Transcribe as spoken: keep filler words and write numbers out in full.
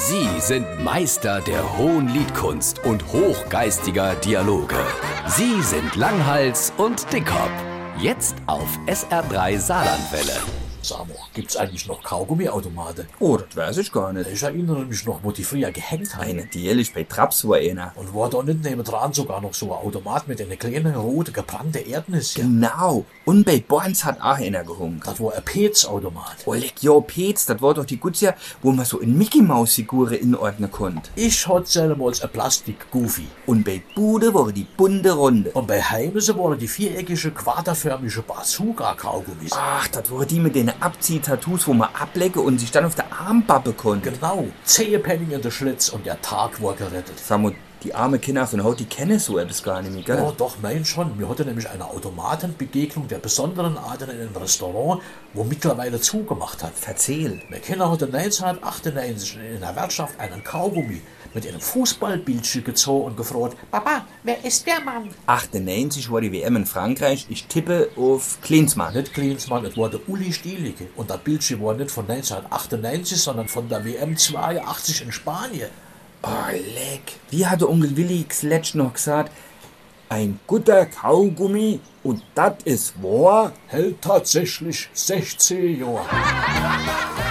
Sie sind Meister der hohen Liedkunst und hochgeistiger Dialoge. Sie sind Langhals und Dickhop. Jetzt auf S R drei Saarlandwelle. Sag mal, gibt's eigentlich noch Kaugummiautomaten? Oh, das weiß ich gar nicht. Ich erinnere mich noch, wo die früher gehängt haben. Eine, die ehrlich bei Traps war einer. Und war da nicht nebendran sogar noch so ein Automat mit einer kleinen, roten, gebrannten Erdnuss? Genau. Und bei Borns hat auch einer gehungen. Das war ein Pez-Automat. Oh, leck, ja, Pez, das war doch die Gutzia, wo man so in Mickey-Maus-Figuren inordnen konnte. Ich hatte selber ein Plastik-Goofy. Und bei Bude war die bunte Runde. Und bei Heimese waren die viereckige, quaderförmige Bazooka-Kaugummis. Ach, das waren die mit den Abzieh-Tattoos, wo man ablecken und sich dann auf der Armbappe konnte. Genau, zehn Penning in der Schlitz und der Tag war gerettet. Sag mal, die arme Kinder von heute, die kennen so etwas gar nicht mehr, gell? Ja, doch, mein schon. Wir hatten nämlich eine Automatenbegegnung der besonderen Art in einem Restaurant, wo mittlerweile zugemacht hat. Erzähl. Mein Kinder hatte neunzehnhundertachtundneunzig in einer Wirtschaft einen Kaugummi mit einem Fußballbildchen gezogen und gefragt: Papa, wer ist der Mann? achtundneunzig war die W M in Frankreich. Ich tippe auf Klinsmann. Nicht Klinsmann, es war der Uli Stielicke. Und das Bildchen war nicht von neunzehnhundertachtundneunzig, sondern von der W M zweiundachtzig in Spanien. Oh, leck. Wie hat der Onkel Willi zuletzt noch gesagt? Ein guter Kaugummi, und das ist wahr, Hält tatsächlich sechzehn Jahre.